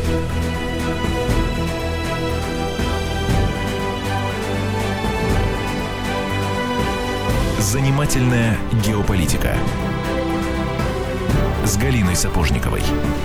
Занимательная геополитика с Галиной Сапожниковой.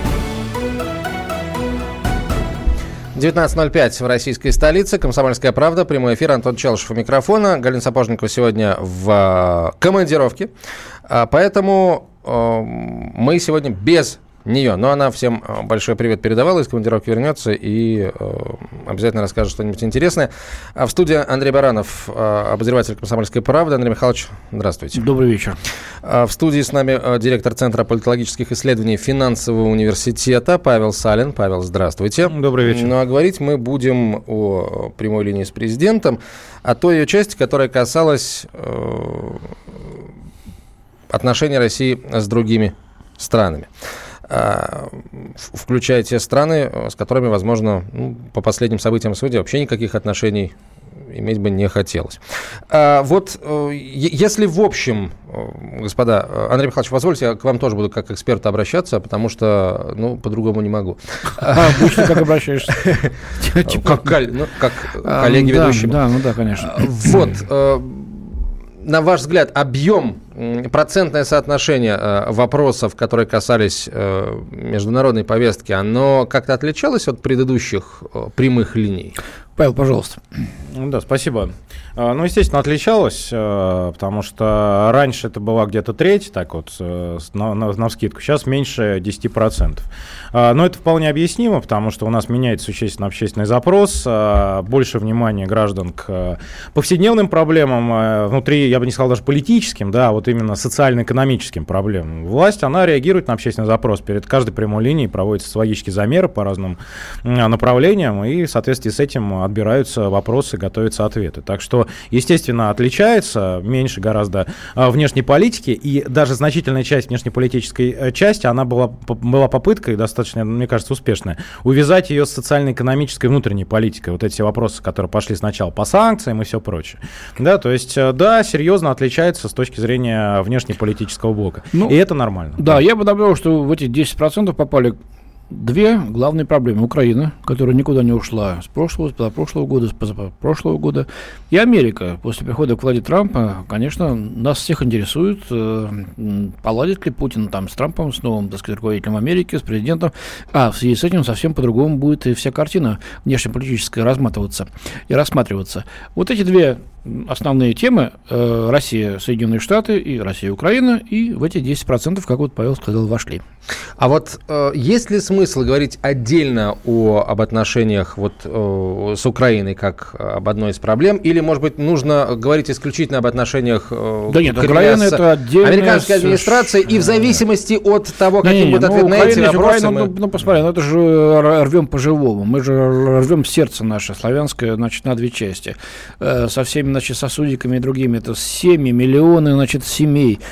19:05 в российской столице. «Комсомольская правда». Прямой эфир. Антон Челышев у микрофона. Галина Сапожникова сегодня в командировке. Поэтому мы сегодня без нее. Но она всем большой привет передавала, из командировки вернется и обязательно расскажет что-нибудь интересное. В студии Андрей Баранов, обозреватель «Комсомольской правды». Андрей Михайлович, здравствуйте. Добрый вечер. В студии с нами директор Центра политологических исследований Финансового университета Павел Салин. Павел, здравствуйте. Добрый вечер. Ну а говорить мы будем о прямой линии с президентом, о той ее части, которая касалась отношений России с другими странами, включая те страны, с которыми, возможно, по последним событиям судьи вообще никаких отношений иметь бы не хотелось. Вот если в общем, господа, Андрей Михайлович, позвольте, я к вам тоже буду как к эксперту обращаться, потому что, по-другому не могу. Обычно как обращаешься? Как коллеги ведущие. Да, конечно. Вот, на ваш взгляд, объем, процентное соотношение вопросов, которые касались международной повестки, оно как-то отличалось от предыдущих прямых линий? Павел, пожалуйста. Да, спасибо. Естественно, отличалось, потому что раньше это была где-то треть, так вот, навскидку, сейчас меньше 10%. Но это вполне объяснимо, потому что у нас меняется существенно общественный запрос, больше внимания граждан к повседневным проблемам, внутри, я бы не сказал даже политическим, да, вот именно социально-экономическим проблемам. Власть, она реагирует на общественный запрос. Перед каждой прямой линией проводятся социологические замеры по разным направлениям, и в соответствии с этим отбираются вопросы, готовятся ответы. Так что, естественно, отличается, меньше гораздо внешней политики, и даже значительная часть внешнеполитической части, она была попыткой, достаточно, мне кажется, успешная, увязать ее с социально-экономической внутренней политикой. Вот эти все вопросы, которые пошли сначала по санкциям и все прочее. Да, то есть, да, серьезно отличается с точки зрения внешнеполитического блока. И это нормально. Да, я бы добавил, что в эти 10% попали две главные проблемы. Украина, которая никуда не ушла с прошлого, с позапрошлого года, с позапрошлого года. И Америка. После прихода к власти Трампа, конечно, нас всех интересует, поладит ли Путин там с Трампом, с новым, так сказать, руководителем Америки, с президентом. А в связи с этим совсем по-другому будет и вся картина внешнеполитическая разматываться и рассматриваться. Вот эти две основные темы: Россия, Соединенные Штаты и Россия, Украина, и в эти 10%, как вот Павел сказал, вошли. А вот есть ли смысл говорить отдельно об отношениях с Украиной как об одной из проблем, или, может быть, нужно говорить исключительно об отношениях Украина это американской администрации, и в зависимости от того, каким будет ответ на эти вопросы... Посмотри, это же рвем по-живому, мы же рвем сердце наше, славянское, значит, на две части, со всеми, значит, сосудиками и другими, это семьи, миллионы, значит, семей,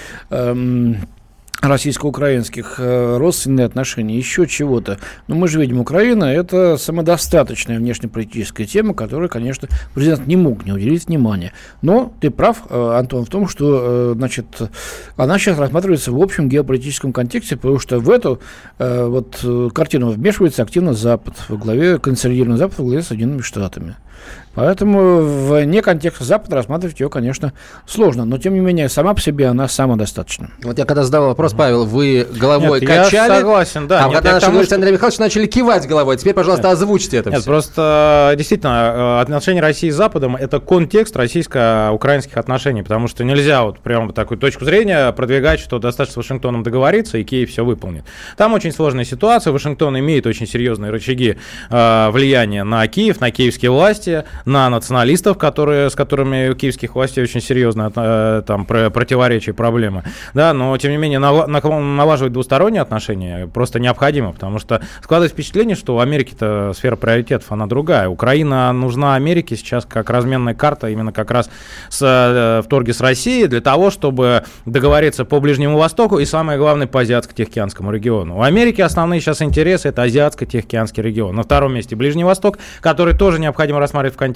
российско-украинских, родственные отношения, еще чего-то. Но мы же видим, Украина – это самодостаточная внешнеполитическая тема, которой, конечно, президент не мог не уделить внимания. Но ты прав, Антон, в том, что, значит, она сейчас рассматривается в общем геополитическом контексте, потому что в эту картину вмешивается активно Запад, консолидированный Запад во главе с Соединенными Штатами. Поэтому вне контекста Запада рассматривать ее, конечно, сложно. Но, тем не менее, сама по себе она самодостаточна. Вот я когда задавал вопрос, Павел, вы головой качали. Я согласен, да. А когда начали говорить Андрей Михайлович, начали кивать головой. Теперь, пожалуйста, озвучьте это все. Просто, действительно, отношения России с Западом – это контекст российско-украинских отношений, потому что нельзя вот прямо такую точку зрения продвигать, что достаточно с Вашингтоном договориться, и Киев все выполнит. Там очень сложная ситуация. Вашингтон имеет очень серьезные рычаги влияния на Киев, на киевские власти, на националистов, с которыми у киевских властей очень серьезно там противоречия и проблемы. Да, но, тем не менее, налаживать двусторонние отношения просто необходимо, потому что складывается впечатление, что у Америки-то сфера приоритетов, она другая. Украина нужна Америке сейчас как разменная карта, именно как раз в торге с Россией, для того, чтобы договориться по Ближнему Востоку и, самое главное, по Азиатско-Тихоокеанскому региону. У Америки основные сейчас интересы – это Азиатско-Тихоокеанский регион. На втором месте Ближний Восток, который тоже необходимо рассматривать в контексте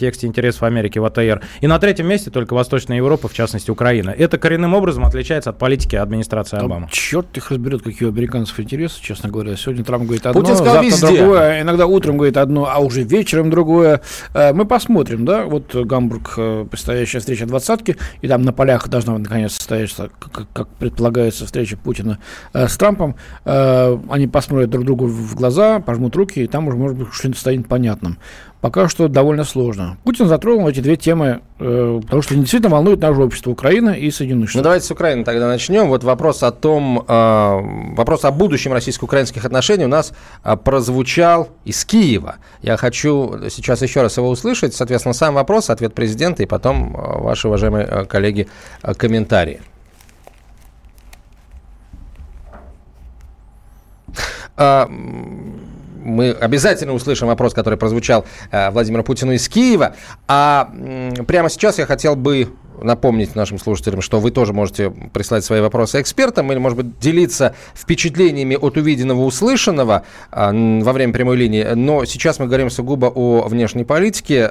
контексте интересов Америки в АТР. И на третьем месте только Восточная Европа, в частности Украина. Это коренным образом отличается от политики администрации Обамы. Черт их разберет, какие у американцев интересы, честно говоря. Сегодня Трамп говорит одно, Путин сказал завтра везде. другое, иногда утром говорит одно, а уже вечером другое. Мы посмотрим, да, вот Гамбург, предстоящая встреча двадцатки, и там на полях должна наконец состояться, как предполагается, встреча Путина с Трампом. Они посмотрят друг другу в глаза, пожмут руки, и там уже, может быть, что-нибудь станет понятным. Пока что довольно сложно. Путин затронул эти две темы, потому что действительно волнует наше общество, Украина и Соединенные Штаты. Ну, давайте с Украины тогда начнем. Вот вопрос о том, вопрос о будущем российско-украинских отношений у нас прозвучал из Киева. Я хочу сейчас еще раз его услышать. Соответственно, сам вопрос, ответ президента и потом ваши, уважаемые коллеги, комментарии. Мы обязательно услышим вопрос, который прозвучал Владимиру Путину из Киева. А прямо сейчас я хотел бы напомнить нашим слушателям, что вы тоже можете прислать свои вопросы экспертам или, может быть, делиться впечатлениями от увиденного, услышанного во время прямой линии. Но сейчас мы говорим сугубо о внешней политике.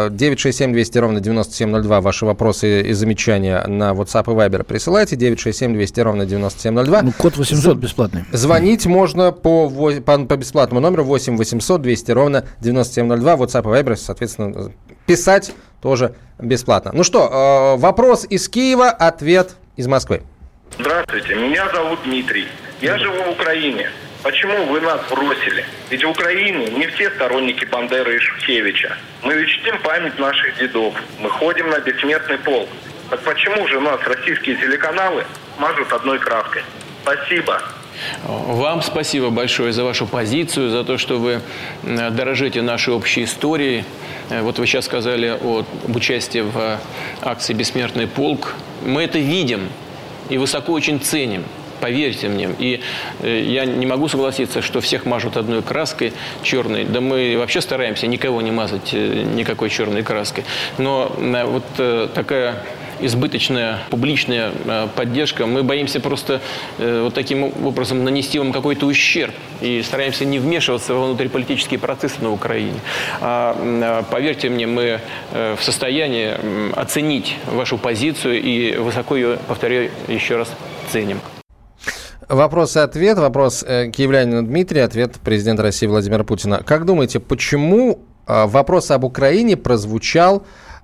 967-200-97-02. Ваши вопросы и замечания на WhatsApp и Viber присылайте. 967-200-97-02. Ну, код 800 бесплатный. Звонить можно по бесплатному номеру 8 800 200 ровно 9702. WhatsApp и Viber, соответственно, писать тоже бесплатно. Ну что, вопрос из Киева, ответ из Москвы. Здравствуйте, меня зовут Дмитрий. Я живу в Украине. Почему вы нас бросили? Ведь в Украине не все сторонники Бандеры и Шухевича. Мы ведь чтим память наших дедов. Мы ходим на бессмертный полк. Так почему же нас российские телеканалы мажут одной краской? Спасибо. Вам спасибо большое за вашу позицию, за то, что вы дорожите нашей общей историей. Вот вы сейчас сказали об участии в акции «Бессмертный полк». Мы это видим и высоко очень ценим, поверьте мне. И я не могу согласиться, что всех мажут одной краской черной. Да мы вообще стараемся никого не мазать никакой черной краской. Но вот такая избыточная публичная поддержка, мы боимся просто вот таким образом нанести вам какой-то ущерб и стараемся не вмешиваться во внутриполитические процессы на Украине. Поверьте мне, мы в состоянии оценить вашу позицию и высоко ее, повторяю еще раз, ценим. Вопрос и ответ. Вопрос киевлянина Дмитрия, ответ президента России Владимира Путина. Как думаете, почему вопрос об Украине прозвучал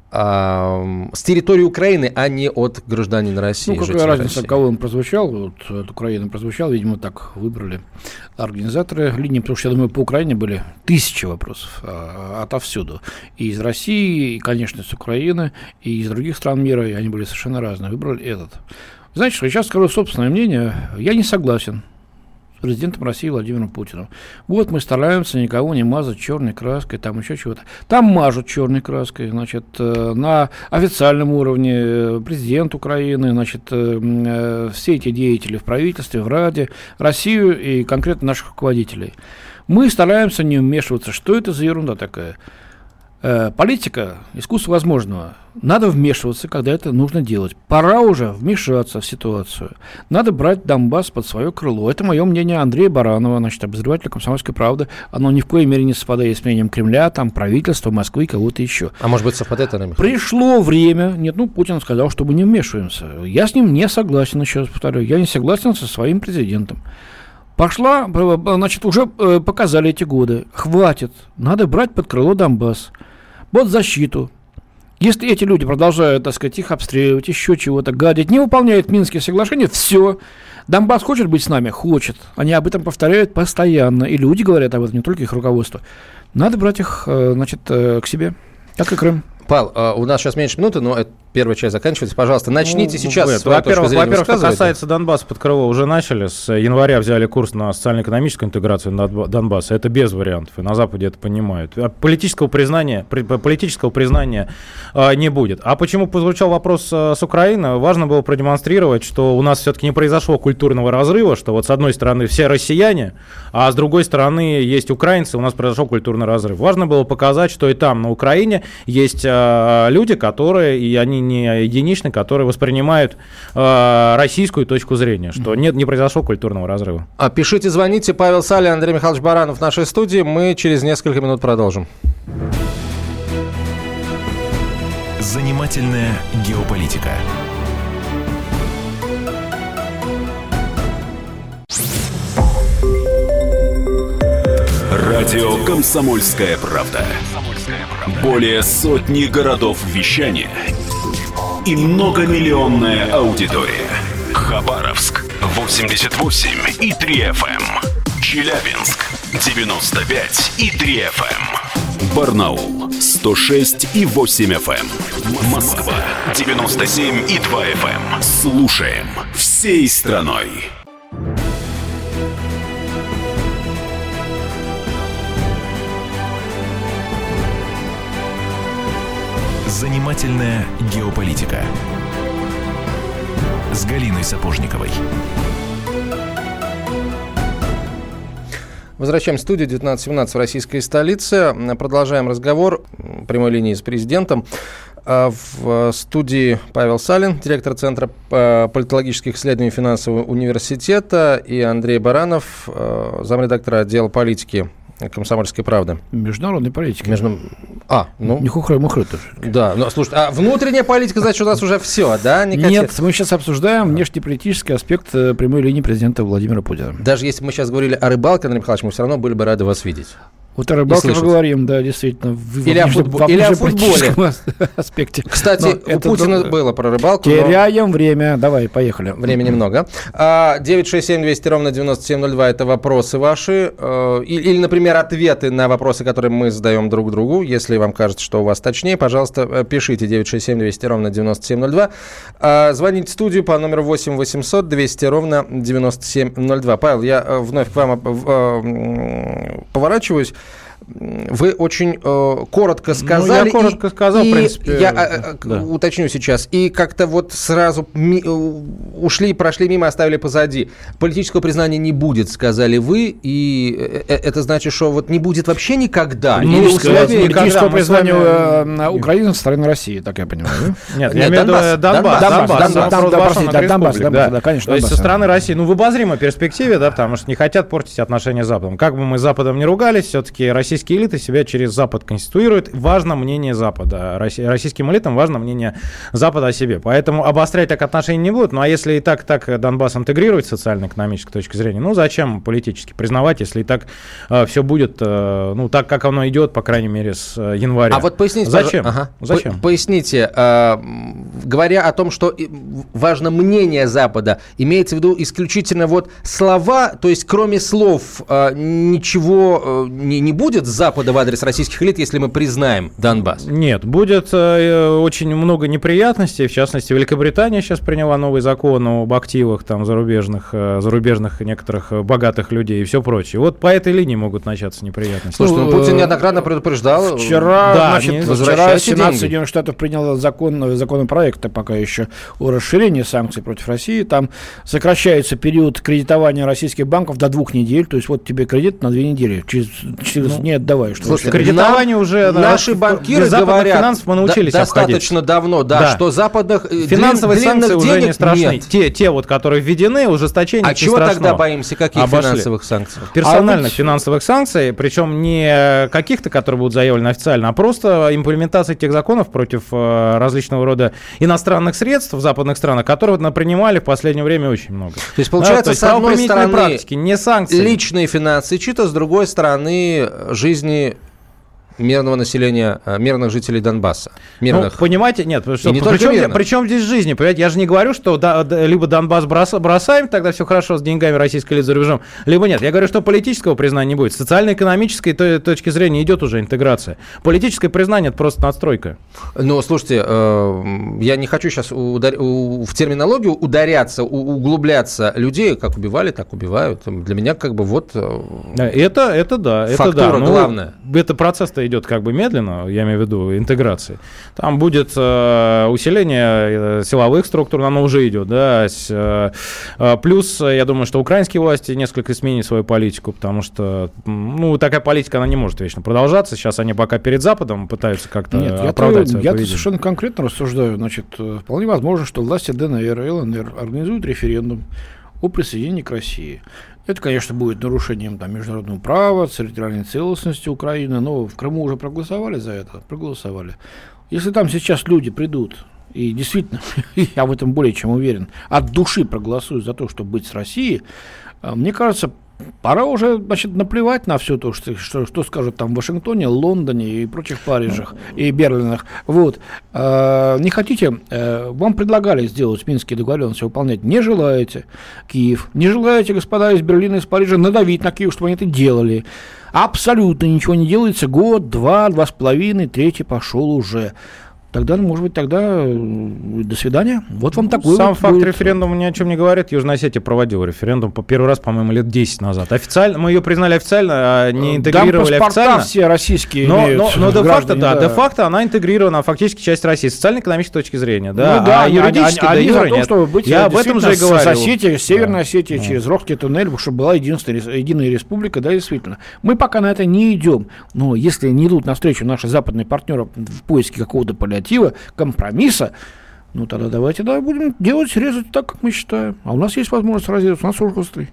с территории Украины, а не от гражданина России? Ну, какая разница, от кого он прозвучал? Вот от Украины прозвучал, видимо, так выбрали организаторы линии, потому что, я думаю, по Украине были тысячи вопросов отовсюду. И из России, и, конечно, из Украины, и из других стран мира, и они были совершенно разные. Выбрали этот. Знаете, что я сейчас скажу собственное мнение. Я не согласен с президентом России Владимиром Путиным. Вот мы стараемся никого не мазать черной краской, там еще чего-то. Там мажут черной краской, значит, на официальном уровне президент Украины, значит, все эти деятели в правительстве, в Раде, Россию и конкретно наших руководителей. Мы стараемся не вмешиваться. Что это за ерунда такая? Политика – искусство возможного. Надо вмешиваться, когда это нужно делать. Пора уже вмешаться в ситуацию. Надо брать Донбасс под свое крыло. Это мое мнение Андрея Баранова, значит, обозревателя «Комсомольской правды». Оно ни в коей мере не совпадает с мнением Кремля, там, правительства, Москвы и кого-то еще. А может быть, совпадает, Андрей Михайлович? Пришло время. Нет, Путин сказал, что мы не вмешиваемся. Я с ним не согласен, еще раз повторю. Я не согласен со своим президентом. Пошла, значит, уже показали эти годы. Хватит. Надо брать под крыло Донбасс. Вот защиту. Если эти люди продолжают, так сказать, их обстреливать, еще чего-то, гадить, не выполняют Минские соглашения, все. Донбасс хочет быть с нами? Хочет. Они об этом повторяют постоянно. И люди говорят об этом, не только их руководство. Надо брать их, значит, к себе, как и Крым. Павел, у нас сейчас меньше минуты, но первая часть заканчивается. Пожалуйста, начните сейчас свою точку зрения Во-первых, что касается Донбасса, под крыло уже начали. С января взяли курс на социально-экономическую интеграцию Донбасса. Это без вариантов, и на Западе это понимают. Политического признания не будет. А почему прозвучал вопрос с Украины? Важно было продемонстрировать, что у нас все-таки не произошло культурного разрыва, что вот с одной стороны все россияне, а с другой стороны есть украинцы, у нас произошел культурный разрыв. Важно было показать, что и там, на Украине, есть люди, которые, и они не единичны, которые воспринимают российскую точку зрения, что не произошло культурного разрыва. Пишите, звоните. Павел Саля, Андрей Михайлович Баранов в нашей студии. Мы через несколько минут продолжим. Занимательная геополитика. Радио «Комсомольская правда». Более сотни городов вещания и многомиллионная аудитория. Хабаровск 88,3 FM. Челябинск 95,3 FM. Барнаул 106,8 FM. Москва 97,2 FM. Слушаем всей страной. Занимательная геополитика с Галиной Сапожниковой. Возвращаемся в студию 19:17 в российской столице. Продолжаем разговор прямой линии с президентом. В студии Павел Салин, директор Центра политологических исследований Финансового университета, и Андрей Баранов, замредактора отдела политики «Комсомольской правды». Международной политики. Не хухры-мухры тоже. Да, но слушай, а внутренняя политика, значит, у нас уже все, да? Нет, мы сейчас обсуждаем внешнеполитический аспект прямой линии президента Владимира Путина. Даже если мы сейчас говорили о рыбалке, Андрей Михайлович, мы все равно были бы рады вас видеть. Вот о рыбалке мы говорим, да, действительно. Или о футболе. Аспекте. Кстати, у Путина было про рыбалку. Теряем время. Давай, поехали. Времени много. 967-200-97-02 – это вопросы ваши. Или, например, ответы на вопросы, которые мы задаем друг другу. Если вам кажется, что у вас точнее, пожалуйста, пишите 967-200-97-02. Звоните в студию по номеру 8 800 200 97-02. Павел, я вновь к вам поворачиваюсь. Вы очень коротко сказали. Я коротко сказал, в принципе. Я уточню сейчас. И как-то вот сразу прошли мимо, оставили позади. Политического признания не будет, сказали вы. И это значит, что вот не будет вообще никогда? Политического признания Украины со стороны России, так я понимаю. Нет, я имею в виду Донбасс. Да, конечно. То есть со стороны России, в обозримой перспективе, да, потому что не хотят портить отношения с Западом. Как бы мы с Западом не ругались, все-таки российские элиты себя через Запад конституируют. Важно мнение Запада. Российским элитам важно мнение Запада о себе. Поэтому обострять так отношения не будут. Ну, а если и так Донбасс интегрировать с социально-экономической точки зрения, зачем политически признавать, если и так все будет, так, как оно идет, по крайней мере, с января. А вот поясните, зачем? Зачем? Поясните, говоря о том, что важно мнение Запада, имеется в виду исключительно вот слова, то есть кроме слов ничего не будет с Запада в адрес российских элит, если мы признаем Донбасс? Нет, будет очень много неприятностей. В частности, Великобритания сейчас приняла новый закон об активах там, зарубежных некоторых богатых людей и все прочее. Вот по этой линии могут начаться неприятности. Слушайте, Путин неоднократно предупреждал. Вчера Сенат Соединенных Штатов принял законопроект, пока еще о расширении санкций против России. Там сокращается период кредитования российских банков до 2 недель. То есть вот тебе кредит на 2 недели. Через не отдавай. Слушайте, кредитование уже... Наши банкиры говорят, финансов мы научились достаточно давно, что западных финансовые санкции уже не страшны. Те вот, которые введены, ужесточение не страшно. А чего тогда боимся? Каких финансовых санкций? Персональных финансовых санкций, причем не каких-то, которые будут заявлены официально, а просто имплементация тех законов против различного рода иностранных средств в западных странах, которые принимали в последнее время очень много. То есть, получается, с одной стороны, практики, не санкции. Личные финансы чьи-то, с другой стороны, жизни мирного населения, мирных жителей Донбасса. Понимаете, нет, причем здесь жизни, понимаете, я же не говорю, что либо Донбасс бросаем, тогда все хорошо с деньгами российской элиты за рубежом, либо нет. Я говорю, что политического признания не будет. С социально-экономической точки зрения идет уже интеграция. Политическое признание – это просто надстройка. Слушайте, я не хочу сейчас в терминологию ударяться, углубляться. Людей как убивали, так убивают. Для меня Это да. Фактура главная. Это процесс-то идет медленно, я имею в виду интеграции. Там будет усиление силовых структур, оно уже идет, да. Плюс, я думаю, что украинские власти несколько сменят свою политику, потому что, такая политика, она не может вечно продолжаться. Сейчас они пока перед Западом пытаются как-то оправдать свое поведение. Я совершенно конкретно рассуждаю. Значит, вполне возможно, что власти ДНР и ЛНР организуют референдум о присоединении к России. Это, конечно, будет нарушением международного права, территориальной целостности Украины, но в Крыму уже проголосовали за это, проголосовали. Если там сейчас люди придут, и действительно, я в этом более чем уверен, от души проголосуют за то, чтобы быть с Россией, мне кажется, пора уже, значит, наплевать на все то, что скажут там в Вашингтоне, Лондоне и прочих Парижах и Берлинах. Вот. Не хотите, вам предлагали сделать Минские договоренности, выполнять. Не желаете, Киев. Не желаете, господа из Берлина, из Парижа, надавить на Киев, чтобы они это делали. Абсолютно ничего не делается. Год, 2, 2,5, 3 пошел уже. Тогда, может быть, до свидания. Вот вам такой Сам вот факт будет. референдума ни о чем не говорит. Южная Осетия проводила референдум первый раз, по-моему, лет 10 назад. Официально, мы ее признали официально, а не интегрировали там паспорта официально. все российские Но имеют. де-факто она интегрирована фактически часть России, с социально-экономической точки зрения. Да, Ну да, а юридически они за то, нет. чтобы быть Я об этом же и говорю. с Осетией, Северной Осетией, через Рохский туннель, чтобы была единая республика, да, действительно. Мы пока на это не идем. Но если не идут навстречу наши западные партнеры в поиске какого-то паллиатива, компромисса, ну тогда давайте будем резать так, как мы считаем. А у нас есть возможность разрезать, у нас уже острый.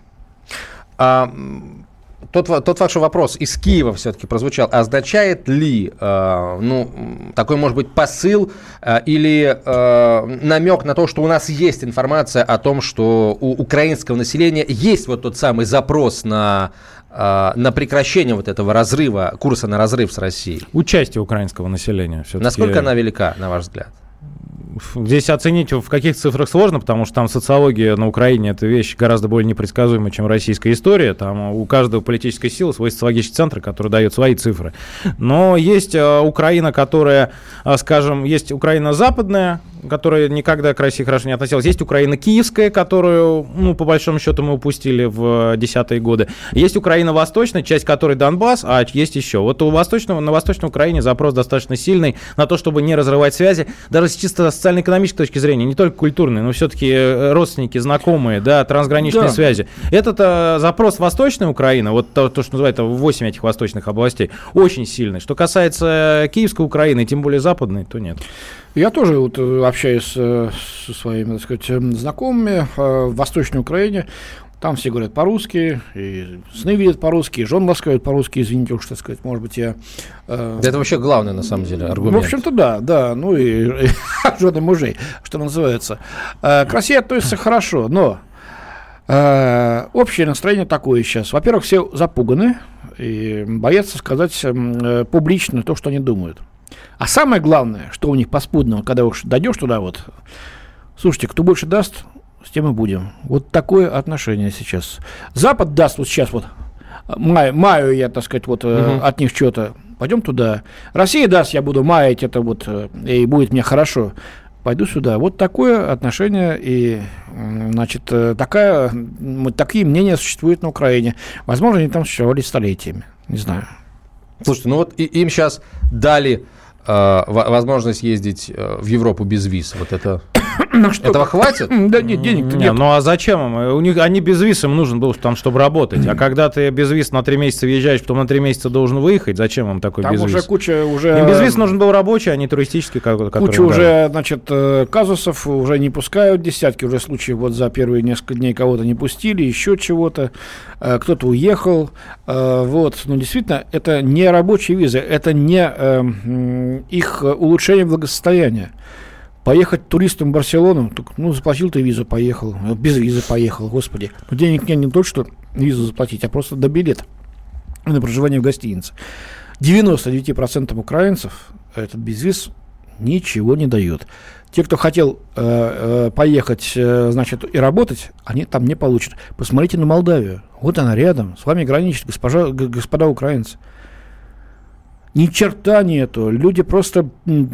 Тот ваш вопрос из Киева все-таки прозвучал. Означает ли, такой, может быть, посыл или намек на то, что у нас есть информация о том, что у украинского населения есть вот тот самый запрос на прекращение вот этого разрыва, курса на разрыв с Россией? Участие украинского населения. Все-таки. Насколько она велика, на ваш взгляд? Здесь оценить в каких цифрах сложно, потому что там социология на Украине – это вещь гораздо более непредсказуемая, чем российская история. Там у каждого политической силы свой социологический центр, который дает свои цифры. Но есть Украина, которая, скажем, есть Украина западная, которая никогда к России хорошо не относилась. Есть Украина киевская, которую, по большому счету, мы упустили в 10-е годы. Есть Украина восточная, часть которой Донбасс, а есть еще. Вот на Восточной Украине запрос достаточно сильный на то, чтобы не разрывать связи, даже с чисто социально-экономической точки зрения, не только культурной, но все-таки родственники, знакомые, да, трансграничные связи. Этот запрос Восточной Украины, вот то, что называют 8 этих восточных областей, очень сильный. Что касается Киевской Украины, тем более западной, то нет. Я тоже общаюсь со своими, так сказать, знакомыми в Восточной Украине. Там все говорят по-русски, и сны видят по-русски, и жен ласкают по-русски, извините уж, так сказать, может быть, я... Это вообще главный, на самом деле, аргумент. В общем-то, да, ну и жены мужей, что называется. К России относятся хорошо, но общее настроение такое сейчас. Во-первых, все запуганы и боятся сказать публично то, что они думают. А самое главное, что у них паспудного, когда уж дойдешь туда вот, слушайте, кто больше даст, с тем и будем. Вот такое отношение сейчас. Запад даст вот сейчас вот, маю я, так сказать, вот от них что-то, пойдем туда. Россия даст, я буду маять это вот, и будет мне хорошо. Пойду сюда. Вот такое отношение и, значит, такие мнения существуют на Украине. Возможно, они там существовали столетиями. Не знаю. Слушайте, ну вот им сейчас дали возможность ездить в Европу без виз. Вот это... Этого хватит? Да нет, денег-то нет. Ну а зачем им? Они без виз, им нужен был там, чтобы работать. А когда ты без виз на 3 месяца въезжаешь, потом на 3 месяца должен выехать, зачем им такой без виз? Там уже куча... Им без виз нужен был рабочий, а не туристический. Куча уже, значит, казусов, уже не пускают, десятки уже случаев, вот за первые несколько дней кого-то не пустили, еще чего-то, кто-то уехал. Вот, ну действительно, это не рабочие визы, это не их улучшение благосостояния. Поехать туристом в Барселону, заплатил ты визу, поехал, без визы поехал, господи. Но денег нет не только, что визу заплатить, а просто до билета на проживание в гостинице. 99% украинцев этот безвиз ничего не дает. Те, кто хотел поехать, значит, и работать, они там не получат. Посмотрите на Молдавию. Вот она рядом, с вами граничит, господа украинцы. Ни черта нету. Люди просто...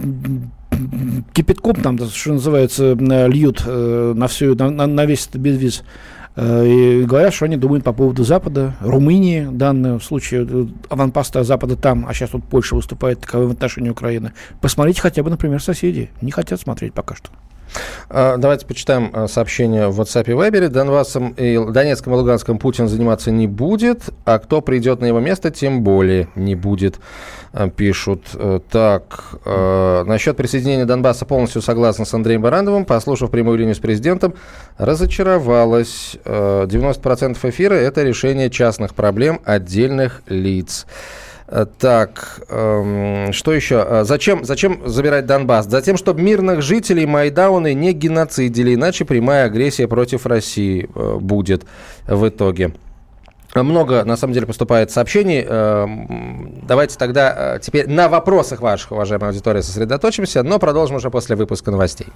кипятком там, что называется, льют на весь этот безвиз. И говорят, что они думают по поводу Запада, Румынии, в данном случае, аванпоста Запада там, а сейчас тут Польша выступает таковым в отношении Украины. Посмотрите хотя бы, например, соседи. Не хотят смотреть пока что. Давайте почитаем сообщение в WhatsApp и Viber. Донбассом и Донецком и Луганском Путин заниматься не будет, а кто придет на его место, тем более не будет, пишут. Так, насчет присоединения Донбасса полностью согласна с Андреем Барановым. Послушав прямую линию с президентом, разочаровалась. 90% эфира – это решение частных проблем отдельных лиц. Так, что еще? Зачем забирать Донбасс? Затем, чтобы мирных жителей Майдауны не геноцидили, иначе прямая агрессия против России будет в итоге. Много, на самом деле, поступает сообщений. Давайте тогда теперь на вопросах ваших, уважаемая аудитория, сосредоточимся, но продолжим уже после выпуска новостей.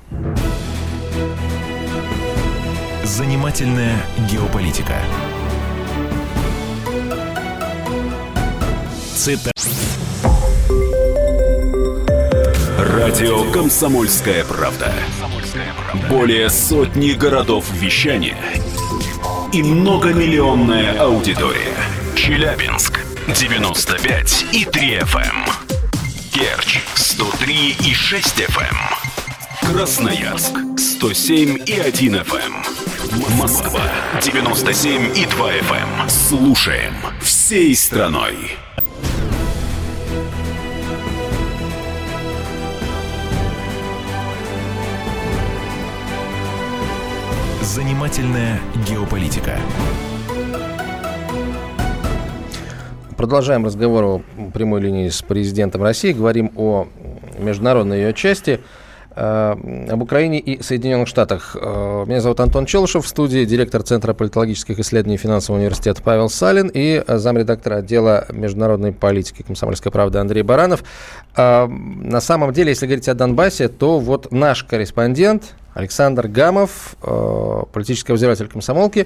Занимательная геополитика. Радио «Комсомольская правда». Более сотни городов вещания и многомиллионная аудитория. Челябинск 95,3 FM. Керчь 103,6 FM. Красноярск 107,1 FM. Москва 97,2 FM. Слушаем всей страной. Занимательная геополитика. Продолжаем разговор о прямой линии с президентом России. Говорим о международной ее части, об Украине и Соединенных Штатах. Меня зовут Антон Челышев, в студии директор Центра политологических исследований Финансового университета Павел Салин и замредактора отдела международной политики «Комсомольской правды» Андрей Баранов. На самом деле, если говорить о Донбассе, то вот наш корреспондент Александр Гамов, политический обозреватель «Комсомолки»,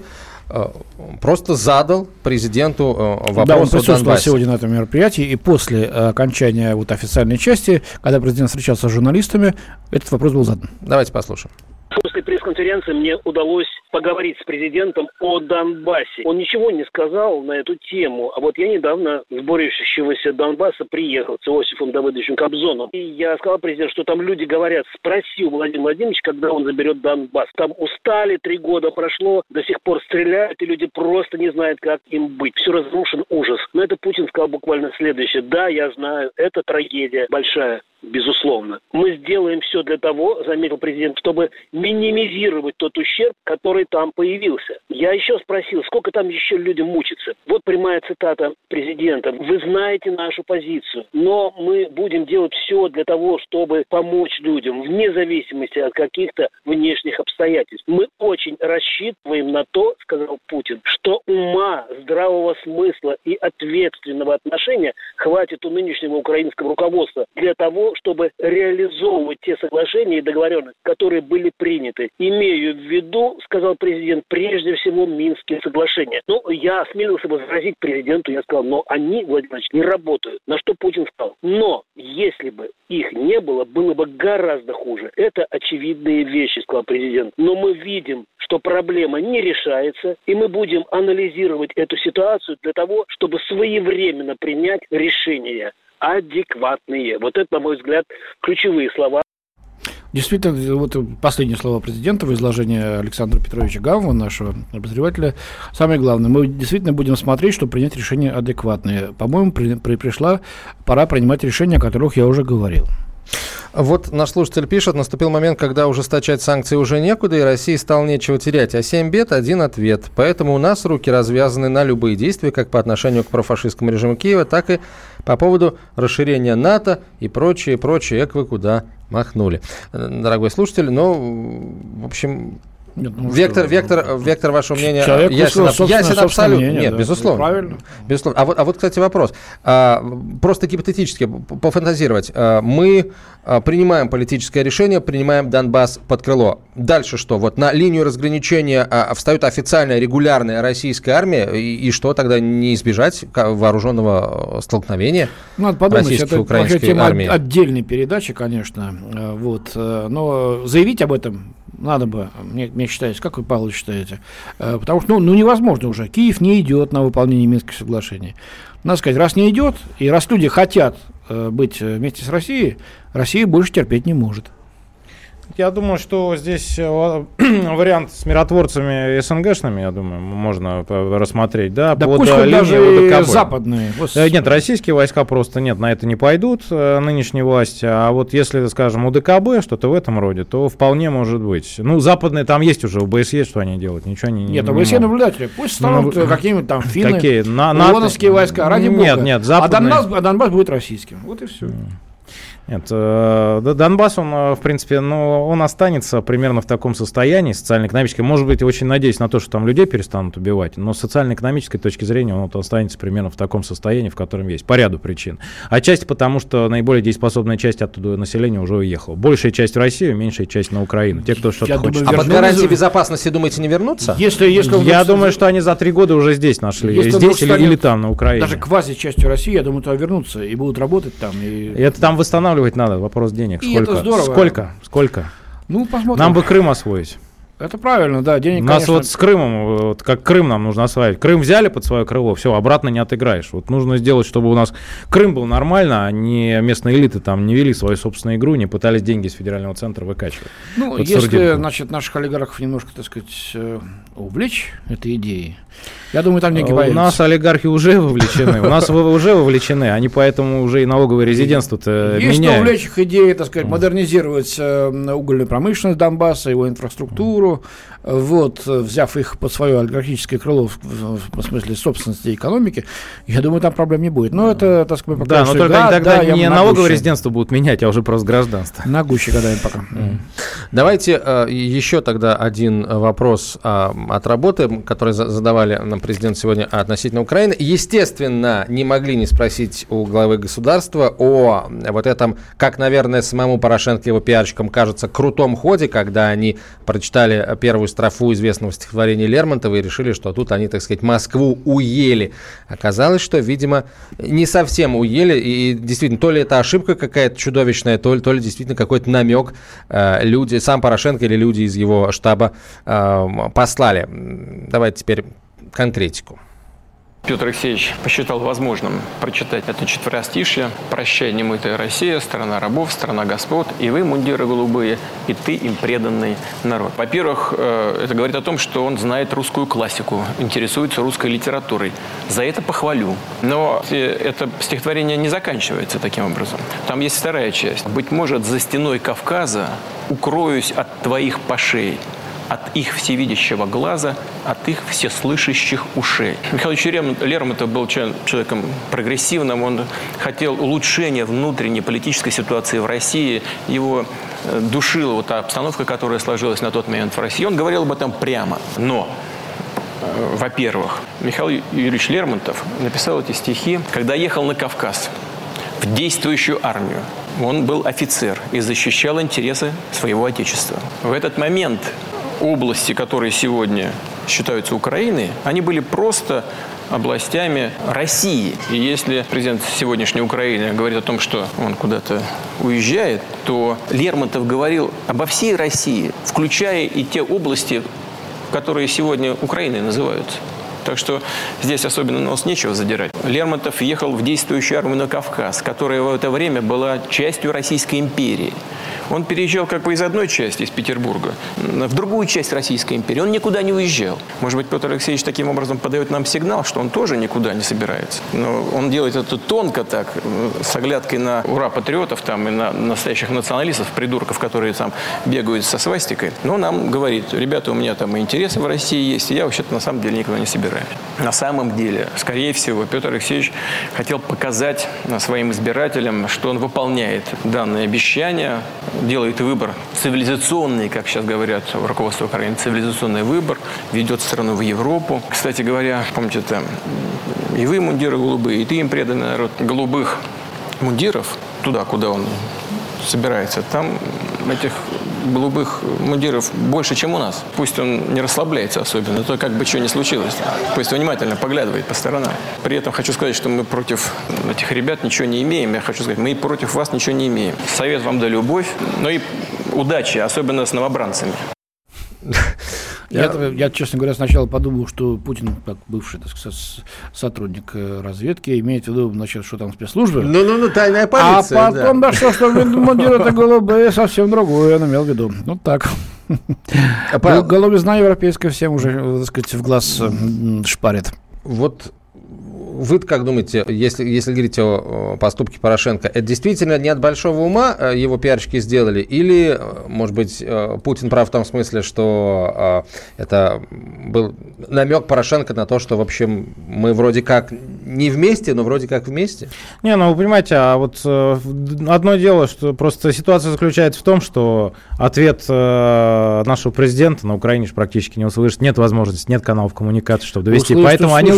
просто задал президенту вопрос да, он о присутствовал Донбассе. Сегодня на этом мероприятии, и после окончания официальной части, когда президент встречался с журналистами, этот вопрос был задан. Давайте послушаем. После пресс-конференции мне удалось поговорить с президентом о Донбассе. Он ничего не сказал на эту тему. А вот я недавно с борющегося Донбасса приехал с Иосифом Давыдовичем Кобзоном. И я сказал президенту, что там люди говорят, спроси у Владимира Владимировича, когда он заберет Донбасс. Там устали, 3 года прошло, до сих пор стреляют, и люди просто не знают, как им быть. Все разрушен, ужас. Но это Путин сказал буквально следующее. Да, я знаю, это трагедия большая. Безусловно. Мы сделаем все для того, заметил президент, чтобы минимизировать тот ущерб, который там появился. Я еще спросил, сколько там еще людям мучиться. Вот прямая цитата президента. Вы знаете нашу позицию, но мы будем делать все для того, чтобы помочь людям, вне зависимости от каких-то внешних обстоятельств. Мы очень рассчитываем на то, сказал Путин, что ума, здравого смысла и ответственного отношения хватит у нынешнего украинского руководства для того, чтобы реализовывать те соглашения и договоренности, которые были приняты. Имею в виду, сказал президент, прежде всего Минские соглашения. Ну, я осмелился возразить президенту, я сказал, но они, Владимир Владимирович, не работают. На что Путин сказал, но если бы их не было, было бы гораздо хуже. Это очевидные вещи, сказал президент. Но мы видим, что проблема не решается, и мы будем анализировать эту ситуацию для того, чтобы своевременно принять решения адекватные. Вот это, на мой взгляд, ключевые слова. Действительно, вот последние слова президента в изложении Александра Петровича Гамова, нашего обозревателя. Самое главное, мы действительно будем смотреть, чтобы принять решения адекватные. По-моему, пришла пора принимать решения, о которых я уже говорил. Вот наш слушатель пишет, наступил момент, когда ужесточать санкции уже некуда, и России стало нечего терять. А 7 бед – один ответ. Поэтому у нас руки развязаны на любые действия, как по отношению к профашистскому режиму Киева, так и по поводу расширения НАТО и прочее. Эк, вы куда махнули. Дорогой слушатель, в общем... Нет, вектор вашего мнения ясен абсолютно. Мнение, нет, да, безусловно. Правильно. Безусловно. А вот, кстати, вопрос. Просто гипотетически пофантазировать. Мы принимаем политическое решение, принимаем Донбасс под крыло. Дальше что? Вот на линию разграничения встает официальная, регулярная российская армия, и что тогда не избежать вооруженного столкновения российской и украинской армии? Отдельной передачи, конечно. Но заявить об этом надо бы, мне считается, как вы, Павел, считаете? Потому что невозможно уже. Киев не идет на выполнение Минских соглашений. Надо сказать, раз не идет, и раз люди хотят быть вместе с Россией, Россия больше терпеть не может. Я думаю, что здесь вариант с миротворцами СНГшными, я думаю, можно рассмотреть, да, да под пусть линию даже УДКБ. Западные. Нет, российские войска просто на это не пойдут, нынешние власти, а вот если, скажем, УДКБ, что-то в этом роде, то вполне может быть. Ну, западные, там есть уже, ОБСЕ, что они делают, ничего они Нет, не ОБСЕ могут. наблюдатели, пусть станут какими-то там финны, Какие? ООНовские войска, ради бога. Нет, западные. А Донбасс будет российским, вот и все. Нет, Донбасс, он, в принципе, он останется примерно в таком состоянии социально-экономическом. Может быть, очень надеюсь на то, что там людей перестанут убивать, но с социально-экономической точки зрения он останется примерно в таком состоянии, в котором есть, по ряду причин. Отчасти потому, что наиболее дееспособная часть оттуда населения уже уехала. Большая часть в Россию, меньшая часть на Украину. Те, кто что-то хочет. А под гарантией безопасности, думаете, не вернуться? Я думаю, что они за 3 года уже здесь нашли. Здесь или там, на Украине. Даже квази-частью России, я думаю, туда вернутся и будут работать там. И это там восстанавливать надо, вопрос денег. И сколько? Это здорово. Сколько? Ну, посмотрим. Нам бы Крым освоить. Это правильно, да, денег, у нас конечно... вот с Крымом, вот как Крым нам нужно осваивать. Крым взяли под свое крыло, все, обратно не отыграешь. Вот нужно сделать, чтобы у нас Крым был нормально, а не местные элиты там не вели свою собственную игру, не пытались деньги с федерального центра выкачивать. Ну, вот если, значит, наших олигархов немножко, так сказать, увлечь этой идеей, я думаю, там деньги появятся. У нас олигархи уже вовлечены, у нас уже вовлечены, они поэтому уже и налоговое резидентство-то меняют. Есть увлечь их идеей, так сказать, модернизировать угольную промышленность Донбасса, его инфраструктуру, вот, взяв их под свое олигархическое крыло в смысле собственности и экономики, я думаю, там проблем не будет. Но это, так сказать, пока... Да, но только тогда не налоговое резидентство будут менять, а уже просто гражданство. На гуще когда-нибудь пока. Давайте еще тогда один вопрос от работы, который задавали нам президент сегодня относительно Украины. Естественно, не могли не спросить у главы государства о вот этом, как, наверное, самому Порошенко и его пиарщикам кажется, крутом ходе, когда они прочитали первую строфу известного стихотворения Лермонтова и решили, что тут они, так сказать, Москву уели. Оказалось, что, видимо, не совсем уели, и действительно, то ли это ошибка какая-то чудовищная, то ли действительно какой-то намек люди, сам Порошенко или люди из его штаба послали. Давайте теперь конкретику. Петр Алексеевич посчитал возможным прочитать это четверостишье: «Прощай, немытая Россия, страна рабов, страна господ, и вы, мундиры голубые, и ты, им преданный народ». Во-первых, это говорит о том, что он знает русскую классику, интересуется русской литературой. За это похвалю. Но это стихотворение не заканчивается таким образом. Там есть вторая часть. «Быть может, за стеной Кавказа укроюсь от твоих пашей, от их всевидящего глаза, от их всеслышащих ушей». Михаил Ильич Лермонтов был человеком прогрессивным, он хотел улучшения внутренней политической ситуации в России, его душила вот та обстановка, которая сложилась на тот момент в России. Он говорил об этом прямо. Но, во-первых, Михаил Юрьевич Лермонтов написал эти стихи, когда ехал на Кавказ, в действующую армию. Он был офицер и защищал интересы своего отечества. В этот момент области, которые сегодня считаются Украиной, они были просто областями России. И если президент сегодняшней Украины говорит о том, что он куда-то уезжает, то Лермонтов говорил обо всей России, включая и те области, которые сегодня Украиной называются. Так что здесь особенно нос нечего задирать. Лермонтов ехал в действующую армию на Кавказ, которая в это время была частью Российской империи. Он переезжал как бы из одной части, из Петербурга, в другую часть Российской империи. Он никуда не уезжал. Может быть, Петр Алексеевич таким образом подает нам сигнал, что он тоже никуда не собирается. Но он делает это тонко так, с оглядкой на ура-патриотов там, и на настоящих националистов, придурков, которые там бегают со свастикой. Но нам говорит: ребята, у меня там и интересы в России есть, и я вообще-то на самом деле никуда не собираюсь. На самом деле, скорее всего, Петр Алексеевич хотел показать своим избирателям, что он выполняет данное обещание, делает выбор цивилизационный, как сейчас говорят в руководстве Украины, цивилизационный выбор, ведет страну в Европу. Кстати говоря, помните, там и вы, мундиры голубые, и ты, им преданный народ. Голубых мундиров туда, куда он собирается, там этих голубых мундиров больше, чем у нас. Пусть он не расслабляется особенно, то как бы что ни случилось. Пусть внимательно поглядывает по сторонам. При этом хочу сказать, что мы против этих ребят ничего не имеем. Я хочу сказать, мы и против вас ничего не имеем. Совет вам да любовь, но и удачи, особенно с новобранцами. Я, честно говоря, сначала подумал, что Путин, как бывший, так сказать, сотрудник разведки, имеет в виду, значит, что там спецслужбы. Ну, тайная полиция. А потом дошло, что мундир это голубые, совсем другое, он имел в виду. Вот так. Голубизна европейская всем уже, так сказать, в глаз шпарит. Вот вы как думаете, если говорить о поступке Порошенко, это действительно не от большого ума его пиарщики сделали? Или, может быть, Путин прав в том смысле, что это был намек Порошенко на то, что, в общем, мы вроде как не вместе, но вроде как вместе? Не, ну вы понимаете, а вот одно дело, что просто ситуация заключается в том, что ответ нашего президента на Украине практически не услышит, нет возможности, нет каналов коммуникации, чтобы довести. Поэтому они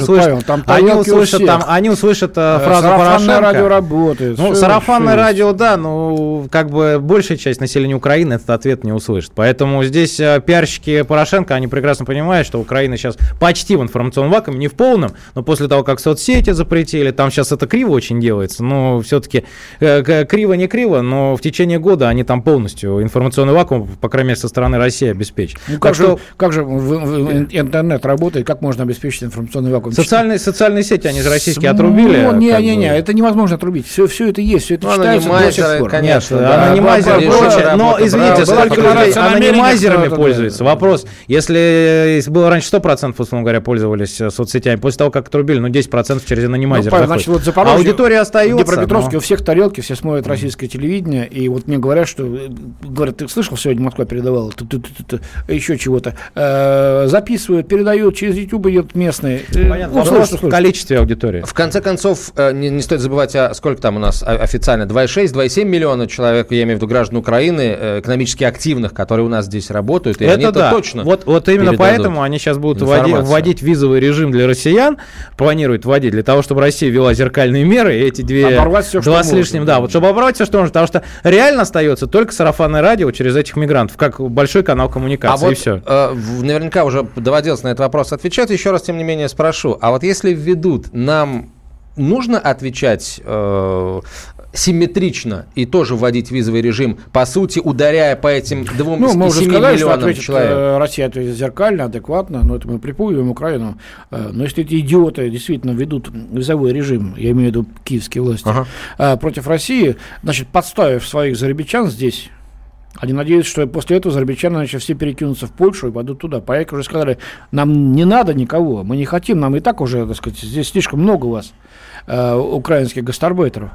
услышат фразу Порошенко. Сарафанное радио работает. Ну, сарафанное радио, да, но как бы большая часть населения Украины этот ответ не услышит. Поэтому здесь пиарщики Порошенко, они прекрасно понимают, что Украина сейчас почти в информационном вакууме, не в полном, но после того, как соцсети запретили, там сейчас это криво очень делается, но все-таки криво не криво, но в течение года они там полностью информационный вакуум, по крайней мере, со стороны России обеспечат. Ну, как же интернет работает, как можно обеспечить информационный вакуум? Социальные сети, они же российские отрубили. Ну, не, это невозможно отрубить. Все это есть, все это читается до сих пор. Конечно, анонимайзеры, но, извините, сколько людей анонимайзерами пользуются? Вопрос, если было раньше 100%, условно говоря, пользовались соцсетями, после того, как отрубили, 10% через анонимайзер заходит. Значит, вот Запорожье, аудитория остается. Днепропетровске у всех тарелки, все смотрят российское телевидение, и вот мне говорят, ты слышал, сегодня Москва передавала еще чего-то, записывают, передают, через YouTube идет местные. Понятно, вопрос в количестве аудитории. В конце концов, не стоит забывать, сколько там у нас официально, 2,6-2,7 миллиона человек, я имею в виду граждан Украины, экономически активных, которые у нас здесь работают, и это да. Точно вот именно поэтому они сейчас будут вводить визовый режим для россиян, планируют вводить, для того, чтобы Россия ввела зеркальные меры, и эти два с лишним, да, вот чтобы оборвать все, что можно, потому что реально остается только сарафанное радио через этих мигрантов, как большой канал коммуникации, и все. Наверняка уже доводилось на этот вопрос отвечать, еще раз, тем не менее, спрошу, а вот если введут, нам нужно отвечать симметрично и тоже вводить визовый режим, по сути, ударяя по этим 2,7 миллионам человек? Россия ответит зеркально, адекватно, но это мы припугиваем Украину. Но если эти идиоты действительно ведут визовой режим, я имею в виду киевские власти, против России, значит, подставив своих зарабичан здесь, они надеются, что после этого азербайджаны, значит, все перекинутся в Польшу и пойдут туда. Поляки уже сказали, нам не надо никого, мы не хотим, нам и так уже, так сказать, здесь слишком много у вас, украинских гастарбайтеров.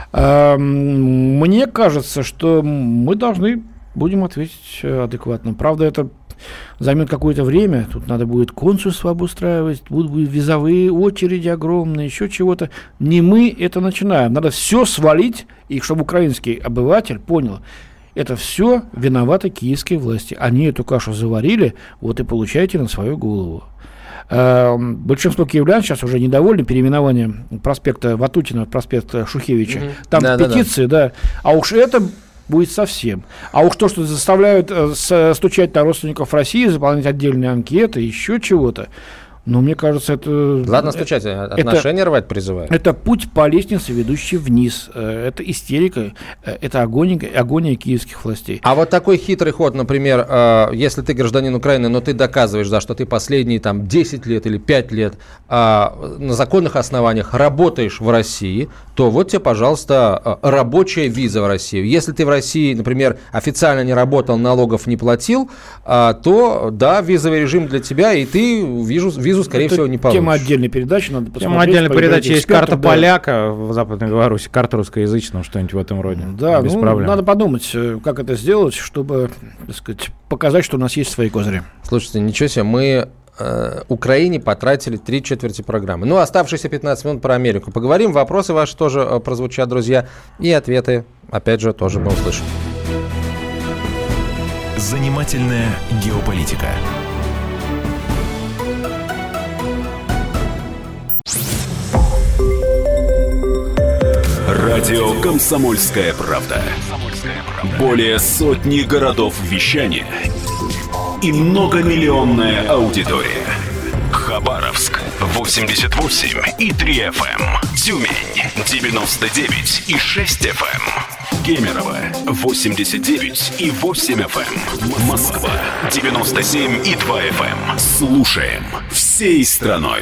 Мне кажется, что мы должны будем ответить адекватно. Правда, это займет какое-то время, тут надо будет консульство обустраивать, будут визовые очереди огромные, еще чего-то. Не мы это начинаем, надо все свалить, и чтобы украинский обыватель понял, это все виноваты киевские власти. Они эту кашу заварили, вот и получайте на свою голову. Большинство киевлян сейчас уже недовольны переименованием проспекта Ватутина в проспект Шухевича. Там петиции, да. А уж это будет совсем. А уж то, что заставляют стучать на родственников России, заполнять отдельные анкеты, еще чего-то, но мне кажется, это... Ладно стучать, отношения рвать призывают. Это путь по лестнице, ведущий вниз. Это истерика, это агония киевских властей. А вот такой хитрый ход, например, если ты гражданин Украины, но ты доказываешь, да, что ты последние там 10 лет или 5 лет на законных основаниях работаешь в России, то вот тебе, пожалуйста, рабочая виза в Россию. Если ты в России, например, официально не работал, налогов не платил, то, да, визовый режим для тебя, и ты визу, скорее всего, не получишь. Тема отдельной передачи, надо посмотреть. Тема отдельной передачи, есть карта поляка в Западной Беларуси, карта русскоязычного, что-нибудь в этом роде. Да, без проблем. Надо подумать, как это сделать, чтобы, так сказать, показать, что у нас есть свои козыри. Слушайте, ничего себе, мы... Украине потратили 3/4 программы. Ну, оставшиеся 15 минут про Америку. Поговорим, вопросы ваши тоже прозвучат, друзья, и ответы, опять же, тоже мы услышим. Занимательная геополитика. Радио «Комсомольская правда». Более сотни городов вещания и многомиллионная аудитория. Хабаровск 88,3 FM, Тюмень 99,6 FM, Кемерово 89,8 FM, Москва 97,2 FM. Слушаем всей страной.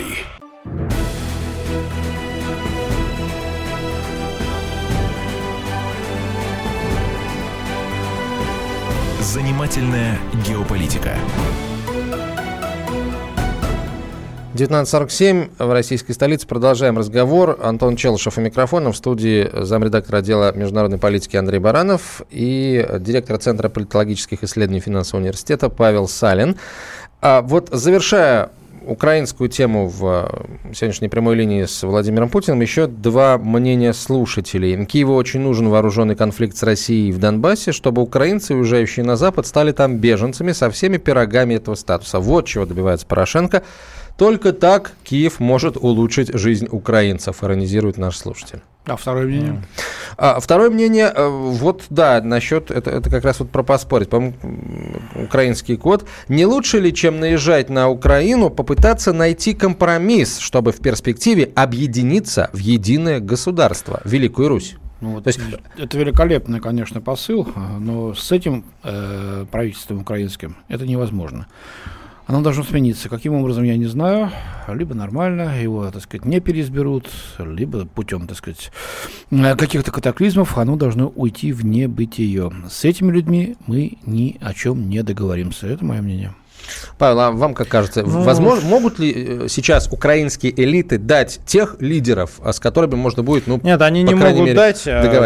Занимательная геополитика. 19:47 в российской столице. Продолжаем разговор. Антон Челышев у микрофона. В студии замредактора отдела международной политики Андрей Баранов и директор Центра политологических исследований Финансового университета Павел Салин. Вот завершая украинскую тему в сегодняшней прямой линии с Владимиром Путиным, еще два мнения слушателей. Киеву очень нужен вооруженный конфликт с Россией в Донбассе, чтобы украинцы, уезжающие на Запад, стали там беженцами со всеми пирогами этого статуса. Вот чего добивается Порошенко. Только так Киев может улучшить жизнь украинцев, иронизирует наш слушатель. А второе мнение? Второе мнение, вот да, насчет, это как раз вот про поспорить, по-моему, украинский код. Не лучше ли, чем наезжать на Украину, попытаться найти компромисс, чтобы в перспективе объединиться в единое государство, Великую Русь? Ну, вот, это великолепный, конечно, посыл, но с этим правительством украинским это невозможно. Оно должно смениться. Каким образом, я не знаю. Либо нормально, его, так сказать, не переизберут, либо путем, так сказать, каких-то катаклизмов оно должно уйти в небытие. С этими людьми мы ни о чем не договоримся. Это мое мнение. Павел, а вам как кажется, возможно, могут ли сейчас украинские элиты дать тех лидеров, с которыми можно будет, Нет, они не могут дать.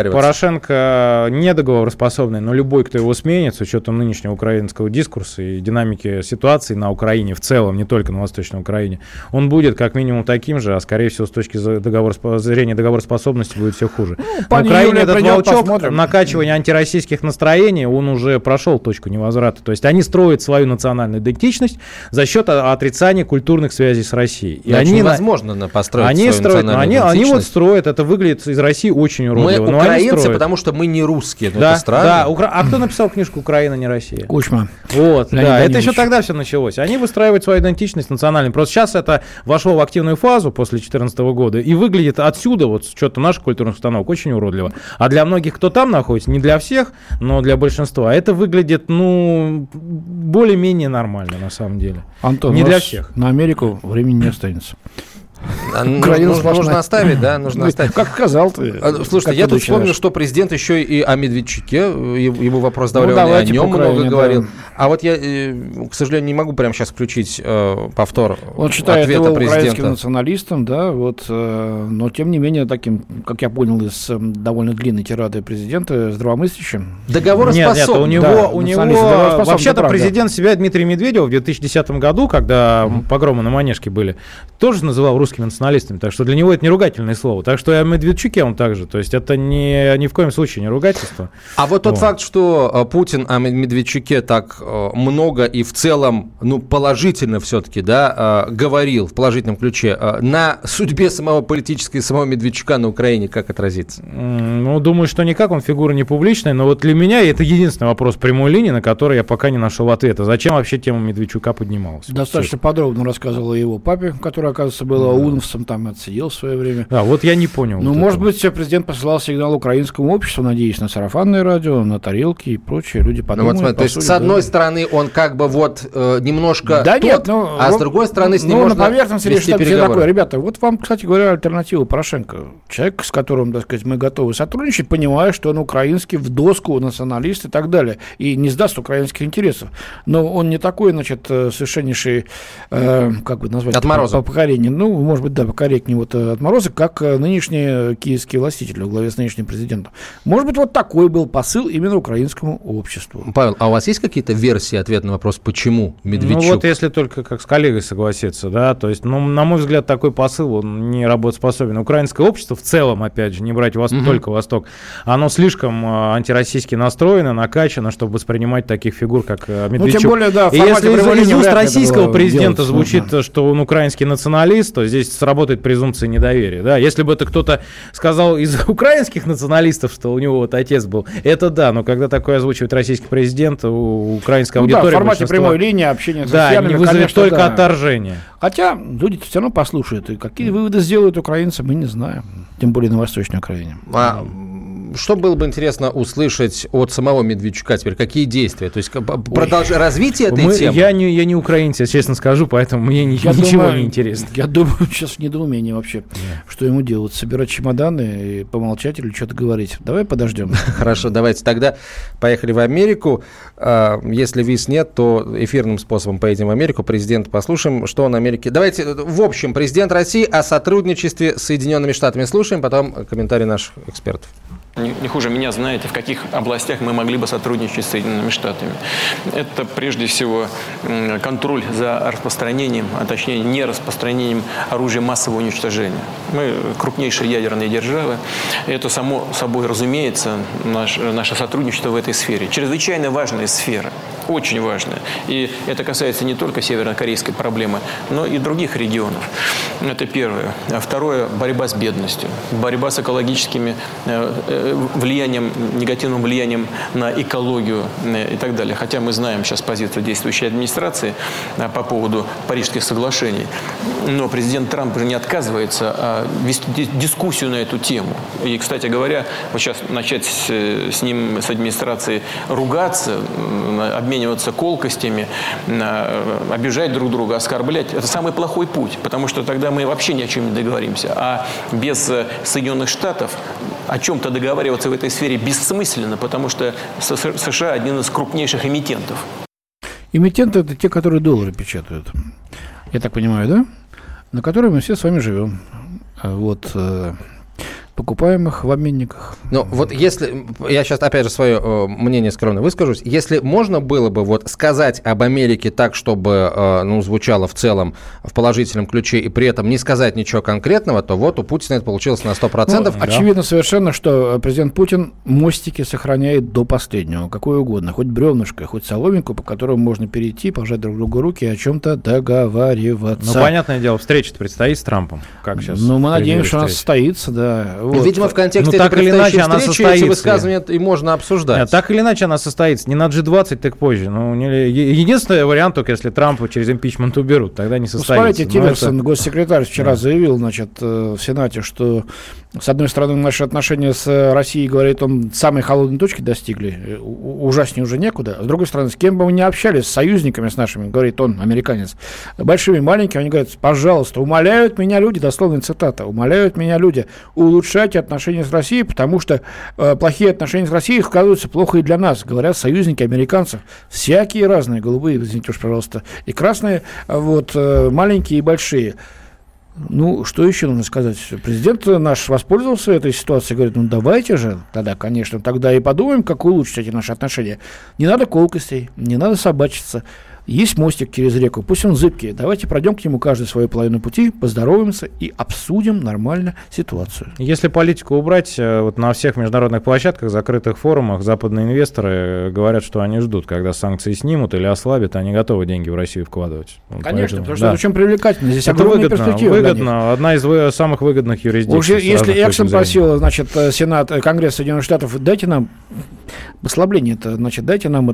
Порошенко не договороспособный, но любой, кто его сменит, с учетом нынешнего украинского дискурса и динамики ситуации на Украине в целом, не только на Восточной Украине, он будет как минимум таким же, а скорее всего с точки зрения договороспособности будет все хуже. На Украине этот волчок накачивания антироссийских настроений, он уже прошел точку невозврата. То есть они строят свою национальную идентичность за счет отрицания культурных связей с Россией. И они невозможно построить свою национальную идентичность. Они вот строят, это выглядит из России очень уродливо. Мы украинцы, потому что мы не русские. Да, это странно. Да. А кто написал книжку «Украина не Россия»? Кучма. Вот, да, это еще тогда все началось. Они выстраивают свою идентичность национальную. Просто сейчас это вошло в активную фазу после 2014 года и выглядит отсюда, вот с учета наших культурных установок, очень уродливо. А для многих, кто там находится, не для всех, но для большинства, это выглядит, более-менее нормально. На самом деле. Антон, не для всех. На Америку времени не останется. Нужно оставить, да? Нужно оставить. Как сказал ты. Слушайте, я тут вспомнил, что президент еще и о Медведчуке, его вопрос давали, о нем много говорил. А вот я, к сожалению, не могу прямо сейчас включить повтор ответа президента. Он считает его украинским националистом, да, вот, но тем не менее таким, как я понял из довольно длинной тирады президента, здравомыслящим. Договороспособным. Нет, у него вообще-то президент себя, Дмитрий Медведев, в 2010 году, когда погромы на Манежке были, тоже называл русскими националистами, так что для него это не ругательное слово. Так что и о Медведчуке он также. То есть это ни в коем случае не ругательство. А вот тот факт, что Путин о Медведчуке так много и в целом, положительно все-таки, да, говорил в положительном ключе, на судьбе самого Медведчука на Украине как отразится? Думаю, что никак, он фигура не публичная, но вот для меня это единственный вопрос прямой линии, на который я пока не нашел ответа. Зачем вообще тема Медведчука поднималась? Достаточно подробно рассказывал о его папе, который, оказывается, был УНовцем, там отсидел в свое время. Да, вот я не понял. Может быть, президент посылал сигнал украинскому обществу, надеясь на сарафанное радио, на тарелки и прочее. Люди подумают. То есть, с одной стороны, он как бы немножко а с другой стороны, с ним можно на поверхности вести переговоры. Ребята, вот вам, кстати говоря, альтернатива Порошенко. Человек, с которым, так сказать, мы готовы сотрудничать, понимая, что он украинский, в доску, националист и так далее, и не сдаст украинских интересов. Но он не такой, совершеннейший, как бы назвать, отморозок. По поколению. Может быть, да, покорректнее отморозок, как нынешний киевский властитель во главе с нынешним президентом. Может быть, вот такой был посыл именно украинскому обществу. Павел, а у вас есть какие-то версии ответа на вопрос, почему Медведчук? Вот если только как с коллегой согласиться, да, то есть, на мой взгляд, такой посыл, он не работоспособен. Украинское общество в целом, опять же, не брать только Восток, оно слишком антироссийски настроено, накачано, чтобы воспринимать таких фигур, как Медведчук. Тем более, да, и если из уст российского президента звучит, что он украинский националист, то здесь сработает презумпция недоверия. Да? Если бы это кто-то сказал из украинских националистов, что у него отец был, это да, но когда такое озвучивает российский президент, у украинской аудитории в формате прямой линии общения с россиянами, не вызовет только отторжение. Хотя люди все равно послушают, и какие выводы сделают украинцы, мы не знаем, тем более на Восточной Украине. что было бы интересно услышать от самого Медведчука теперь? Какие действия? То есть развитие этой темы? Я не украинец, я честно скажу, поэтому мне ничего не интересно. Я думаю, сейчас в недоумении вообще, что ему делать? Собирать чемоданы и помолчать или что-то говорить? Давай подождем. Хорошо, давайте тогда поехали в Америку. Если виз нет, то эфирным способом поедем в Америку. Президента послушаем, что он Америке... Давайте, в общем, президент России о сотрудничестве с Соединенными Штатами слушаем, потом комментарии наших экспертов. Не хуже меня знаете, в каких областях мы могли бы сотрудничать с Соединенными Штатами. Это прежде всего контроль за распространением, а точнее не распространением оружия массового уничтожения. Мы крупнейшая ядерная держава. Это само собой разумеется наше сотрудничество в этой сфере. Чрезвычайно важная сфера, очень важная. И это касается не только северокорейской проблемы, но и других регионов. Это первое. Второе – борьба с бедностью, борьба с экологическими негативным влиянием на экологию и так далее. Хотя мы знаем сейчас позицию действующей администрации по поводу Парижских соглашений. Но президент Трамп уже не отказывается вести дискуссию на эту тему. И, кстати говоря, вот сейчас начать с ним, с администрацией ругаться, обмениваться колкостями, обижать друг друга, оскорблять – это самый плохой путь, потому что тогда мы вообще ни о чем не договоримся. А без Соединенных Штатов о чем-то договариваться в этой сфере бессмысленно, потому что США один из крупнейших эмитентов. Эмитенты – это те, которые доллары печатают. Я так понимаю, да? На которые мы все с вами живем. Вот. Покупаем их в обменниках. Ну, вот если, я сейчас опять же свое мнение скромно выскажусь, если можно было бы вот сказать об Америке так, чтобы, звучало в целом в положительном ключе, и при этом не сказать ничего конкретного, то вот у Путина это получилось на 100%. Очевидно совершенно, что президент Путин мостики сохраняет до последнего, какое угодно, хоть бревнышко, хоть соломинку, по которому можно перейти, пожать друг другу руки и о чем-то договариваться. Ну, понятное дело, встреча-то предстоит с Трампом. Как сейчас? Ну, мы надеемся, что она состоится, да. Вот. Видимо, в контексте этой предстоящей встречи эти высказывания и можно обсуждать. Нет, так или иначе она состоится. Не на G20, так позже. Единственный вариант, только если Трампа через импичмент уберут, тогда не состоится. Смотрите, Тиллерсон, госсекретарь, вчера заявил, в Сенате, что, с одной стороны, наши отношения с Россией, говорит он, самой холодной точки достигли. Ужаснее уже некуда. С другой стороны, с кем бы мы ни общались, с союзниками с нашими, говорит он, американец, большими, маленькими, они говорят, пожалуйста, умоляют меня люди, дословная цитата, умоляют меня люди улучшать отношения с Россией, потому что плохие отношения с Россией складываются плохо и для нас, говорят союзники американцев. Всякие разные, голубые, извините уж, пожалуйста, и красные, маленькие и большие. Ну, что еще нужно сказать? Президент наш воспользовался этой ситуацией, говорит, давайте же тогда, конечно, тогда и подумаем, как улучшить эти наши отношения. Не надо колкостей, не надо собачиться. Есть мостик через реку, пусть он зыбкий. Давайте пройдем к нему каждую свою половину пути, поздороваемся и обсудим нормально ситуацию. Если политику убрать, вот на всех международных площадках, закрытых форумах, западные инвесторы говорят, что они ждут, когда санкции снимут или ослабят, они готовы деньги в Россию вкладывать. Конечно, поэтому, потому что это очень привлекательно. Здесь это огромные перспективы. Выгодно, одна из самых выгодных юрисдикций. Если Эксон просил, Сенат, Конгресс Соединенных Штатов, дайте нам послабление, дайте нам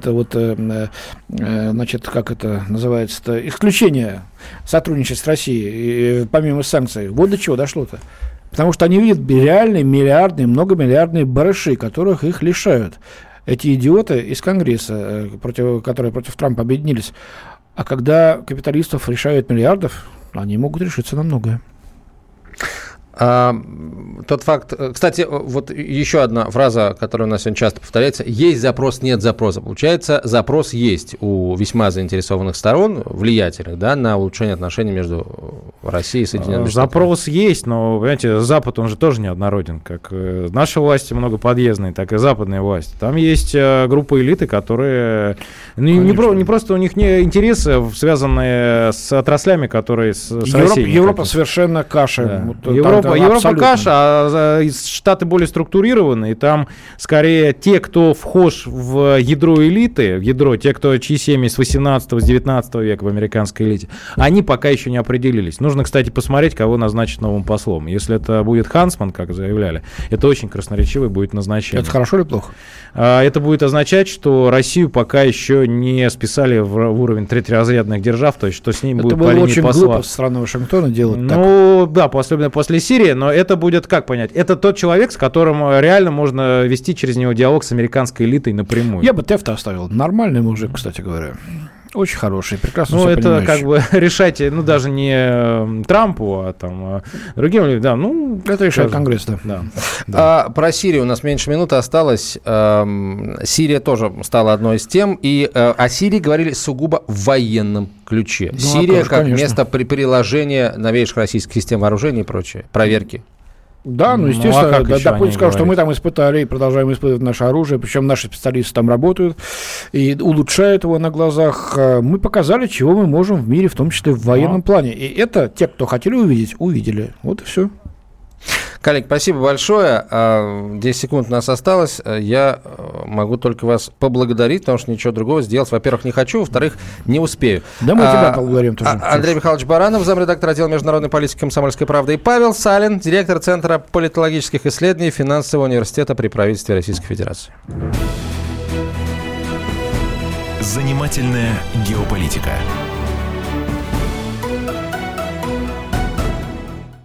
как это называется-то, исключение сотрудничества с Россией, помимо санкций. Вот до чего дошло-то. Потому что они видят реальные миллиардные, многомиллиардные барыши, которых их лишают. Эти идиоты из Конгресса, которые против Трампа объединились. А когда капиталистов лишают миллиардов, они могут решиться на многое. Тот факт... Кстати, вот еще одна фраза, которая у нас сегодня часто повторяется. Есть запрос, нет запроса. Получается, запрос есть у весьма заинтересованных сторон, влиятельных, да, на улучшение отношений между Россией и Соединенными Штатами. Запрос есть, но, понимаете, Запад, он же тоже неоднороден. Как наши власти многоподъездные, так и западные власти. Там есть группа элиты, которые... Не просто у них не интересы, связанные с отраслями, которые с Россией. Европа совершенно каша. Да. Европа каша, а Штаты более структурированы, и там скорее те, кто вхож в ядро элиты, чьи семьи с 18-го, с 19 века в американской элите, они пока еще не определились. Нужно, кстати, посмотреть, кого назначить новым послом. Если это будет Хансман, как заявляли, это очень красноречивый будет назначение. Это хорошо или плохо? Это будет означать, что Россию пока еще не списали в уровень третьеразрядных держав, то есть что с ней будет по линии посла. Это было очень глупо со стороны Вашингтона делать так. Ну, да, особенно после Сирии. Сирия, но это будет, как понять, это тот человек, с которым реально можно вести через него диалог с американской элитой напрямую. Я бы Тефта оставил. Нормальный мужик, кстати говоря. Очень хороший, прекрасно все это понимающий. как бы решайте, даже не Трампу, а там другим людям, это решает Конгресс, да. Про Сирию у нас меньше минуты осталось. Сирия тоже стала одной из тем, и о Сирии говорили сугубо в военном ключе. Сирия как место приложения новейших российских систем вооружений и прочее, проверки. Да, естественно, Путин сказал, что мы там испытали и продолжаем испытывать наше оружие, причем наши специалисты там работают и улучшают его на глазах. Мы показали, чего мы можем в мире, в том числе в военном плане. И это те, кто хотели увидеть, увидели. Вот и все. Коллеги, спасибо большое. 10 секунд у нас осталось. Я могу только вас поблагодарить, потому что ничего другого сделать, во-первых, не хочу, во-вторых, не успею. Да мы тебя поблагодарим тоже. Андрей Михайлович Баранов, замредактор отдела международной политики «Комсомольской правды», и Павел Салин, директор Центра политологических исследований Финансового университета при правительстве Российской Федерации. Занимательная геополитика.